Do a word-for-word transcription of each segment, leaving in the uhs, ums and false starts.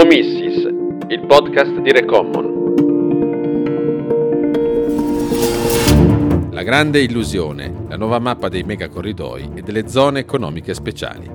Economissis, il podcast di Recommon. La grande illusione, la nuova mappa dei megacorridoi e delle zone economiche speciali.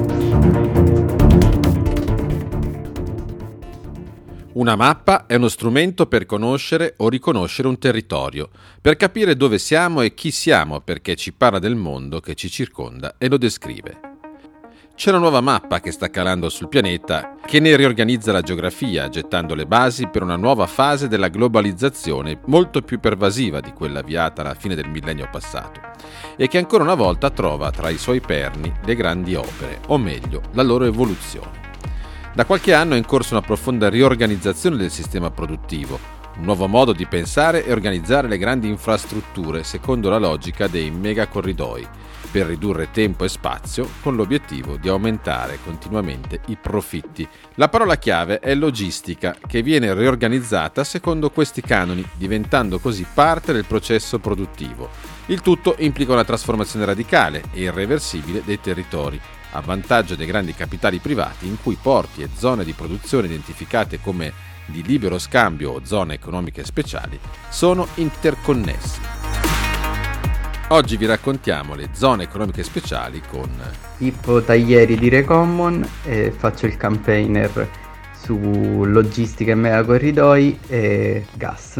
Una mappa è uno strumento per conoscere o riconoscere un territorio, per capire dove siamo e chi siamo, perché ci parla del mondo che ci circonda e lo descrive. C'è una nuova mappa che sta calando sul pianeta che ne riorganizza la geografia, gettando le basi per una nuova fase della globalizzazione molto più pervasiva di quella avviata alla fine del millennio passato e che ancora una volta trova tra i suoi perni le grandi opere, o meglio, la loro evoluzione. Da qualche anno è in corso una profonda riorganizzazione del sistema produttivo, un nuovo modo di pensare e organizzare le grandi infrastrutture secondo la logica dei megacorridoi, per ridurre tempo e spazio con l'obiettivo di aumentare continuamente i profitti. La parola chiave è logistica, che viene riorganizzata secondo questi canoni, diventando così parte del processo produttivo. Il tutto implica una trasformazione radicale e irreversibile dei territori, a vantaggio dei grandi capitali privati in cui porti e zone di produzione identificate come di libero scambio o zone economiche speciali sono interconnessi. Oggi vi raccontiamo le zone economiche speciali con Pippo Taglieri di Recommon e faccio il campaigner su logistica e megacorridoi e gas.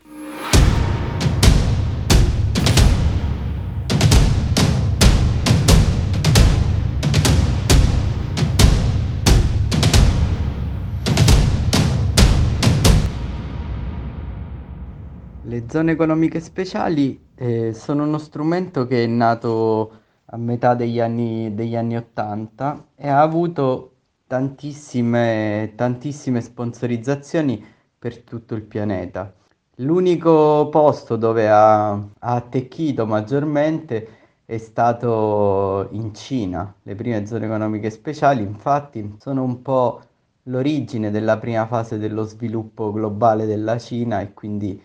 Le zone economiche speciali eh, sono uno strumento che è nato a metà degli anni, degli anni ottanta e ha avuto tantissime, tantissime sponsorizzazioni per tutto il pianeta. L'unico posto dove ha, ha attecchito maggiormente è stato in Cina. Le prime zone economiche speciali, infatti, sono un po' l'origine della prima fase dello sviluppo globale della Cina e quindi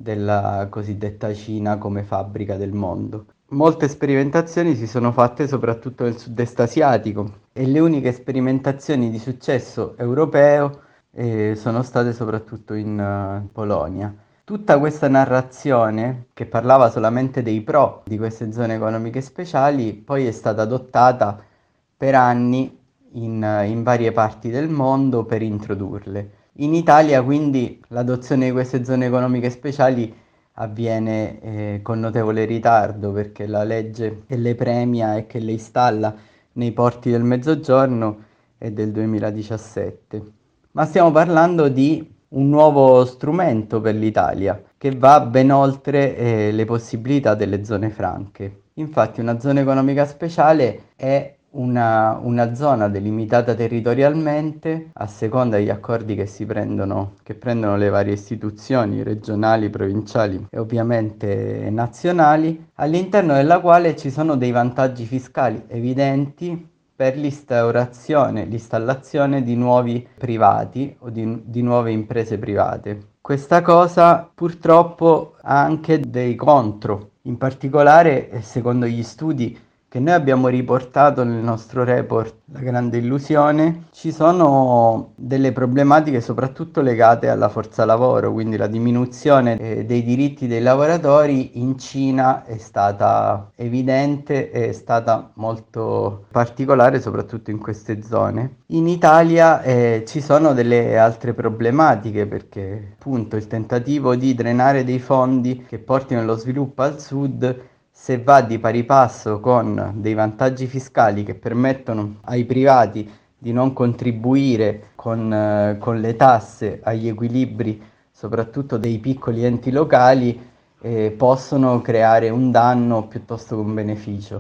della cosiddetta Cina come fabbrica del mondo. Molte sperimentazioni si sono fatte soprattutto nel sud-est asiatico e le uniche sperimentazioni di successo europeo eh, sono state soprattutto in uh, Polonia. Tutta questa narrazione, che parlava solamente dei pro di queste zone economiche speciali, poi è stata adottata per anni in, in varie parti del mondo per introdurle. In Italia quindi l'adozione di queste zone economiche speciali avviene eh, con notevole ritardo, perché la legge che le premia e che le installa nei porti del Mezzogiorno è del duemiladiciassette. Ma stiamo parlando di un nuovo strumento per l'Italia che va ben oltre eh, le possibilità delle zone franche. Infatti una zona economica speciale è Una, una zona delimitata territorialmente a seconda degli accordi che si prendono, che prendono le varie istituzioni regionali, provinciali e ovviamente nazionali, all'interno della quale ci sono dei vantaggi fiscali evidenti per l'instaurazione, l'installazione di nuovi privati o di, di nuove imprese private. Questa cosa purtroppo ha anche dei contro, in particolare secondo gli studi che noi abbiamo riportato nel nostro report La grande illusione, ci sono delle problematiche soprattutto legate alla forza lavoro, quindi la diminuzione eh, dei diritti dei lavoratori in Cina è stata evidente e è stata molto particolare soprattutto in queste zone. In Italia eh, ci sono delle altre problematiche, perché appunto il tentativo di drenare dei fondi che portino lo sviluppo al sud, se va di pari passo con dei vantaggi fiscali che permettono ai privati di non contribuire con, eh, con le tasse agli equilibri soprattutto dei piccoli enti locali, eh, possono creare un danno piuttosto che un beneficio.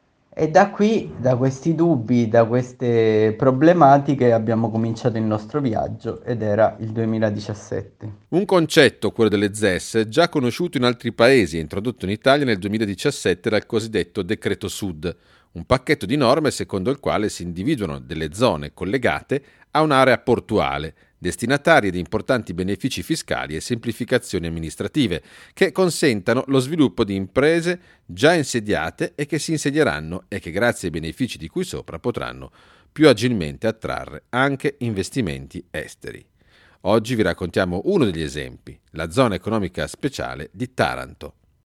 E da qui, da questi dubbi, da queste problematiche abbiamo cominciato il nostro viaggio ed era il duemiladiciassette. un concetto, quello delle Z E S, già conosciuto in altri paesi e introdotto in Italia nel duemiladiciassette dal cosiddetto Decreto Sud, un pacchetto di norme secondo il quale si individuano delle zone collegate a un'area portuale, destinatarie di importanti benefici fiscali e semplificazioni amministrative che consentano lo sviluppo di imprese già insediate e che si insedieranno e che grazie ai benefici di cui sopra potranno più agilmente attrarre anche investimenti esteri. Oggi vi raccontiamo uno degli esempi, la zona economica speciale di Taranto.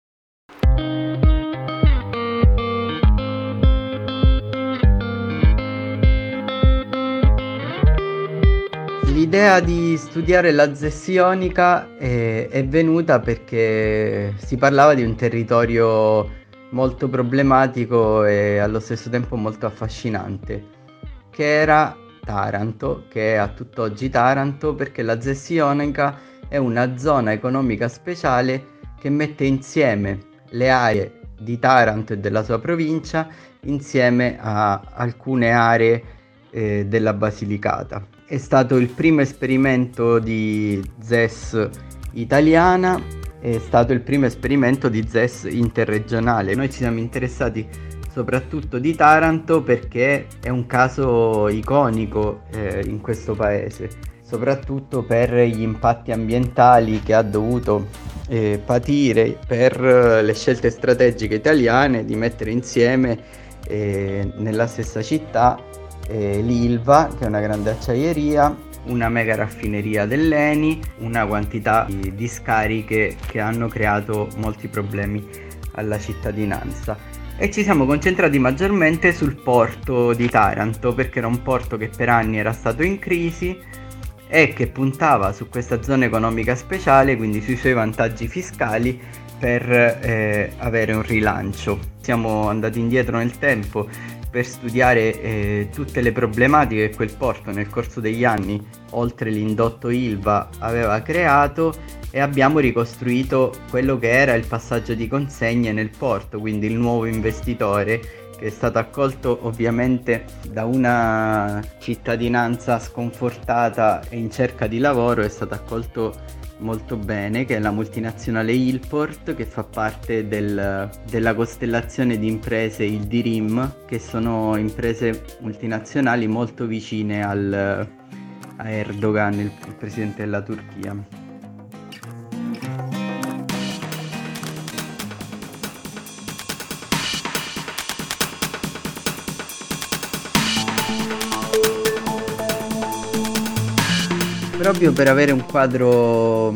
L'idea di studiare la Z E S ionica è, è venuta perché si parlava di un territorio molto problematico e allo stesso tempo molto affascinante, che era Taranto, che è a tutt'oggi Taranto, perché la Z E S ionica è una zona economica speciale che mette insieme le aree di Taranto e della sua provincia insieme a alcune aree eh, della Basilicata. È stato il primo esperimento di Z E S italiana, è stato il primo esperimento di Z E S interregionale. Noi ci siamo interessati soprattutto di Taranto perché è un caso iconico eh, in questo paese, soprattutto per gli impatti ambientali che ha dovuto eh, patire per le scelte strategiche italiane di mettere insieme eh, nella stessa città Eh, l'Ilva, che è una grande acciaieria, una mega raffineria dell'Eni, una quantità di discariche che hanno creato molti problemi alla cittadinanza. E ci siamo concentrati maggiormente sul porto di Taranto, perché era un porto che per anni era stato in crisi e che puntava su questa zona economica speciale, quindi sui suoi vantaggi fiscali, per eh, avere un rilancio. Siamo andati indietro nel tempo per studiare eh, tutte le problematiche che quel porto nel corso degli anni, oltre l'indotto Ilva, aveva creato, e abbiamo ricostruito quello che era il passaggio di consegne nel porto, quindi il nuovo investitore, che è stato accolto ovviamente da una cittadinanza sconfortata e in cerca di lavoro, è stato accolto molto bene, che è la multinazionale Ilport, che fa parte del, della costellazione di imprese il Dirim, che sono imprese multinazionali molto vicine al, a Erdogan, il, il presidente della Turchia. Proprio per avere un quadro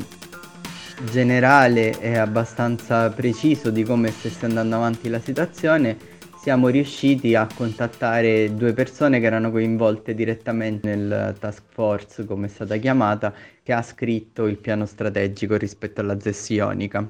generale e abbastanza preciso di come stesse andando avanti la situazione, siamo riusciti a contattare due persone che erano coinvolte direttamente nel task force, come è stata chiamata, che ha scritto il piano strategico rispetto alla Z E S ionica.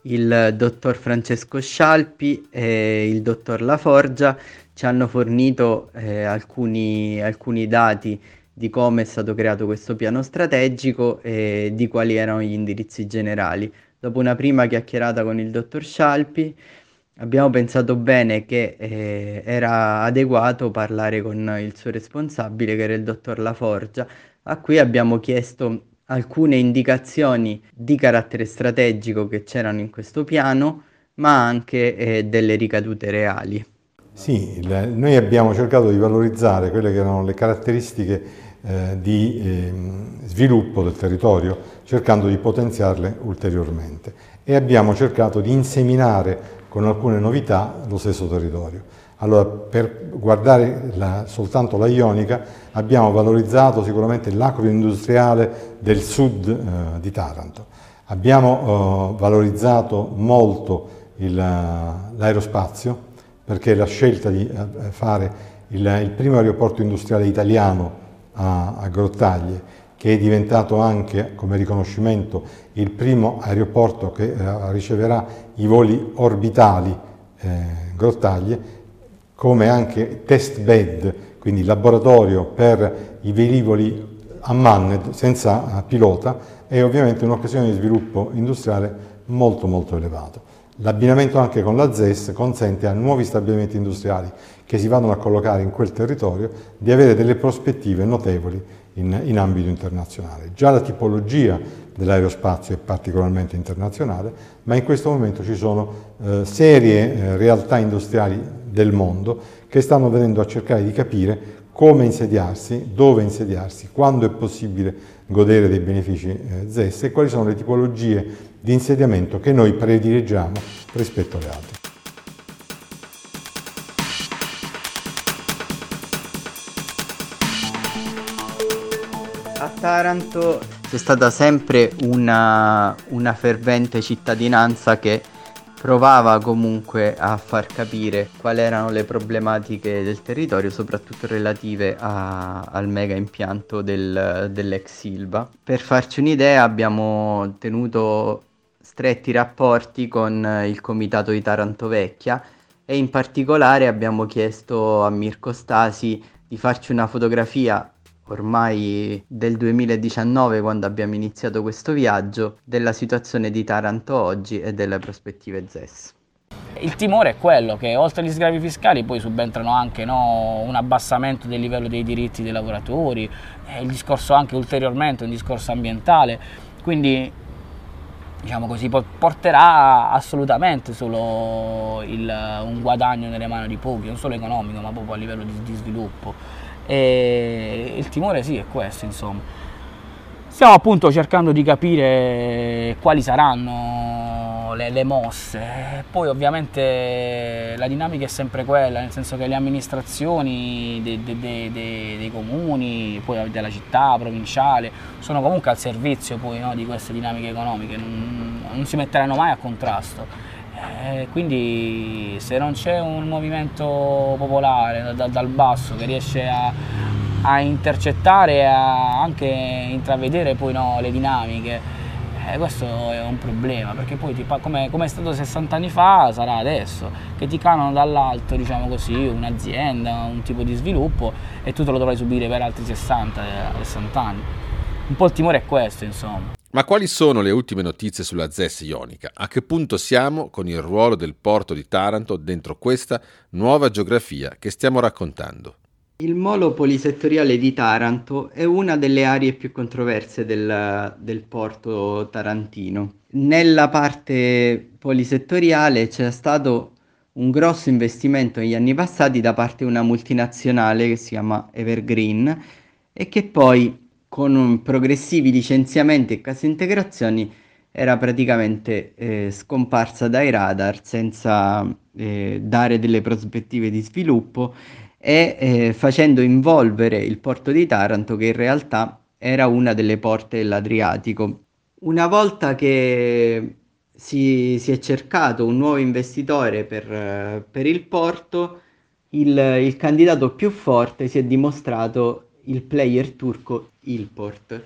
Il dottor Francesco Scialpi e il dottor Laforgia ci hanno fornito eh, alcuni, alcuni dati di come è stato creato questo piano strategico e di quali erano gli indirizzi generali. Dopo una prima chiacchierata con il dottor Scialpi, abbiamo pensato bene che eh, era adeguato parlare con il suo responsabile, che era il dottor Laforgia, a cui abbiamo chiesto alcune indicazioni di carattere strategico che c'erano in questo piano, ma anche eh, delle ricadute reali. Sì, il, noi abbiamo cercato di valorizzare quelle che erano le caratteristiche eh, di eh, sviluppo del territorio, cercando di potenziarle ulteriormente, e abbiamo cercato di inseminare con alcune novità lo stesso territorio. Allora, per guardare la, soltanto la Ionica, abbiamo valorizzato sicuramente l'agroindustriale del sud eh, di Taranto. Abbiamo eh, valorizzato molto il, l'aerospazio, perché la scelta di fare il, il primo aeroporto industriale italiano a, a Grottaglie, che è diventato anche come riconoscimento il primo aeroporto che eh, riceverà i voli orbitali eh, Grottaglie, come anche test bed, quindi laboratorio per i velivoli unmanned senza pilota, è ovviamente un'occasione di sviluppo industriale molto molto elevato. L'abbinamento anche con la Z E S consente a nuovi stabilimenti industriali che si vanno a collocare in quel territorio di avere delle prospettive notevoli in, in ambito internazionale. Già la tipologia dell'aerospazio è particolarmente internazionale, ma in questo momento ci sono eh, serie eh, realtà industriali del mondo che stanno venendo a cercare di capire come insediarsi, dove insediarsi, quando è possibile godere dei benefici eh, Z E S e quali sono le tipologie di insediamento che noi prediligiamo rispetto alle altre. A Taranto c'è stata sempre una, una fervente cittadinanza che provava comunque a far capire quali erano le problematiche del territorio, soprattutto relative a, al mega impianto del, dell'ex Ilva. Per farci un'idea, abbiamo tenuto stretti rapporti con il comitato di Taranto Vecchia e in particolare abbiamo chiesto a Mirko Stasi di farci una fotografia ormai del duemiladiciannove, quando abbiamo iniziato questo viaggio, della situazione di Taranto oggi e delle prospettive Z E S. Il timore è quello che oltre agli sgravi fiscali poi subentrano anche, no, un abbassamento del livello dei diritti dei lavoratori, eh, il discorso anche ulteriormente, un discorso ambientale, quindi diciamo così porterà assolutamente solo il, un guadagno nelle mani di pochi, non solo economico ma proprio a livello di, di sviluppo. E il timore sì è questo, insomma. Stiamo appunto cercando di capire quali saranno le, le mosse, poi ovviamente la dinamica è sempre quella, nel senso che le amministrazioni dei, dei, dei, dei, dei comuni, poi della città, provinciale, sono comunque al servizio poi, no, di queste dinamiche economiche, non, non si metteranno mai a contrasto. Eh, quindi se non c'è un movimento popolare da, dal basso che riesce a, a intercettare e a anche intravedere poi, no, le dinamiche, eh, questo è un problema, perché poi ti, come, come è stato sessanta anni fa sarà adesso, che ti canano dall'alto, diciamo così, un'azienda, un tipo di sviluppo e tu te lo dovrai subire per altri sessanta sessanta anni. Un po' il timore è questo, insomma. Ma quali sono le ultime notizie sulla Z E S ionica? A che punto siamo con il ruolo del porto di Taranto dentro questa nuova geografia che stiamo raccontando? Il molo polisettoriale di Taranto è una delle aree più controverse del, del porto tarantino. Nella parte polisettoriale c'è stato un grosso investimento negli anni passati da parte di una multinazionale che si chiama Evergreen e che poi con un progressivi licenziamenti e cassa integrazioni era praticamente eh, scomparsa dai radar senza eh, dare delle prospettive di sviluppo e eh, facendo involvere il porto di Taranto, che in realtà era una delle porte dell'Adriatico. Una volta che si, si è cercato un nuovo investitore per, per il porto, il, il candidato più forte si è dimostrato il player turco Ilport.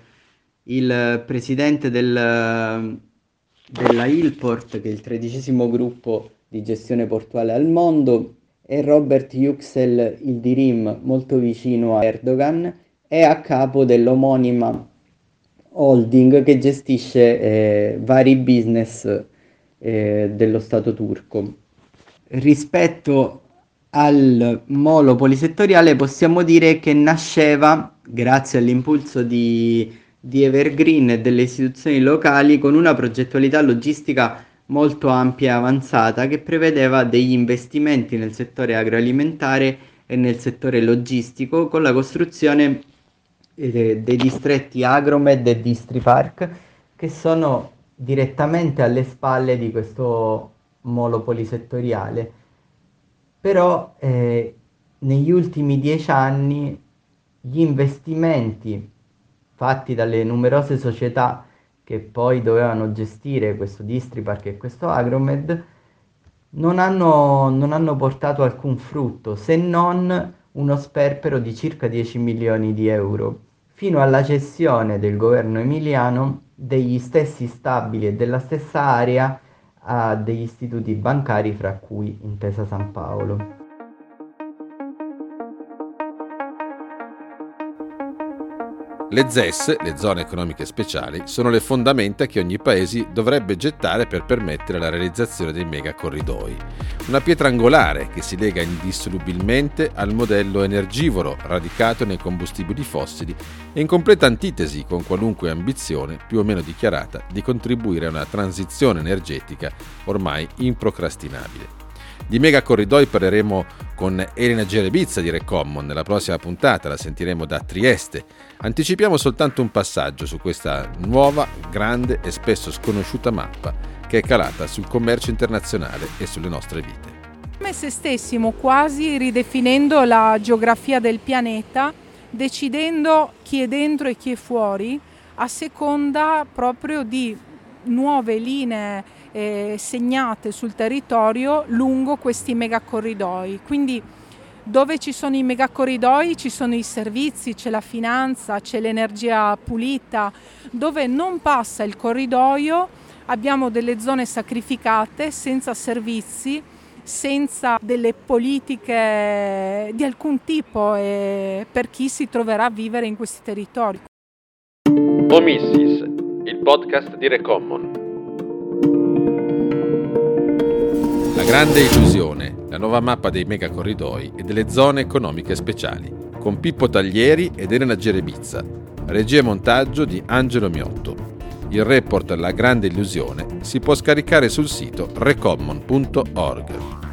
Il presidente del, della Ilport, che è il tredicesimo gruppo di gestione portuale al mondo, è Robert Yüksel Yildirim, molto vicino a Erdogan, è a capo dell'omonima holding che gestisce eh, vari business eh, dello Stato turco. Rispetto al molo polisettoriale possiamo dire che nasceva grazie all'impulso di, di Evergreen e delle istituzioni locali con una progettualità logistica molto ampia e avanzata che prevedeva degli investimenti nel settore agroalimentare e nel settore logistico con la costruzione eh, dei distretti Agromed e Distripark che sono direttamente alle spalle di questo molo polisettoriale. Però eh, negli ultimi dieci anni gli investimenti fatti dalle numerose società che poi dovevano gestire questo Distripark e questo Agromed non hanno, non hanno portato alcun frutto, se non uno sperpero di circa dieci milioni di euro, fino alla cessione del governo emiliano degli stessi stabili e della stessa area a degli istituti bancari, fra cui Intesa San Paolo. Le Z E S, le zone economiche speciali, sono le fondamenta che ogni paese dovrebbe gettare per permettere la realizzazione dei megacorridoi. Una pietra angolare che si lega indissolubilmente al modello energivoro radicato nei combustibili fossili e in completa antitesi con qualunque ambizione più o meno dichiarata di contribuire a una transizione energetica ormai improcrastinabile. Di megacorridoi parleremo con Elena Gerebizza di Recommon nella prossima puntata, la sentiremo da Trieste. Anticipiamo soltanto un passaggio su questa nuova, grande e spesso sconosciuta mappa che è calata sul commercio internazionale e sulle nostre vite. Come se stessimo quasi ridefinendo la geografia del pianeta decidendo chi è dentro e chi è fuori a seconda proprio di nuove linee eh, segnate sul territorio lungo questi megacorridoi. Quindi dove ci sono i megacorridoi ci sono i servizi, c'è la finanza, c'è l'energia pulita. Dove non passa il corridoio abbiamo delle zone sacrificate senza servizi, senza delle politiche di alcun tipo eh, per chi si troverà a vivere in questi territori. Omissis, il podcast di Recommon. La grande illusione, la nuova mappa dei megacorridoi e delle zone economiche speciali, con Pippo Taglieri ed Elena Gerebizza, regia e montaggio di Angelo Miotto. Il report La grande illusione si può scaricare sul sito recommon punto org.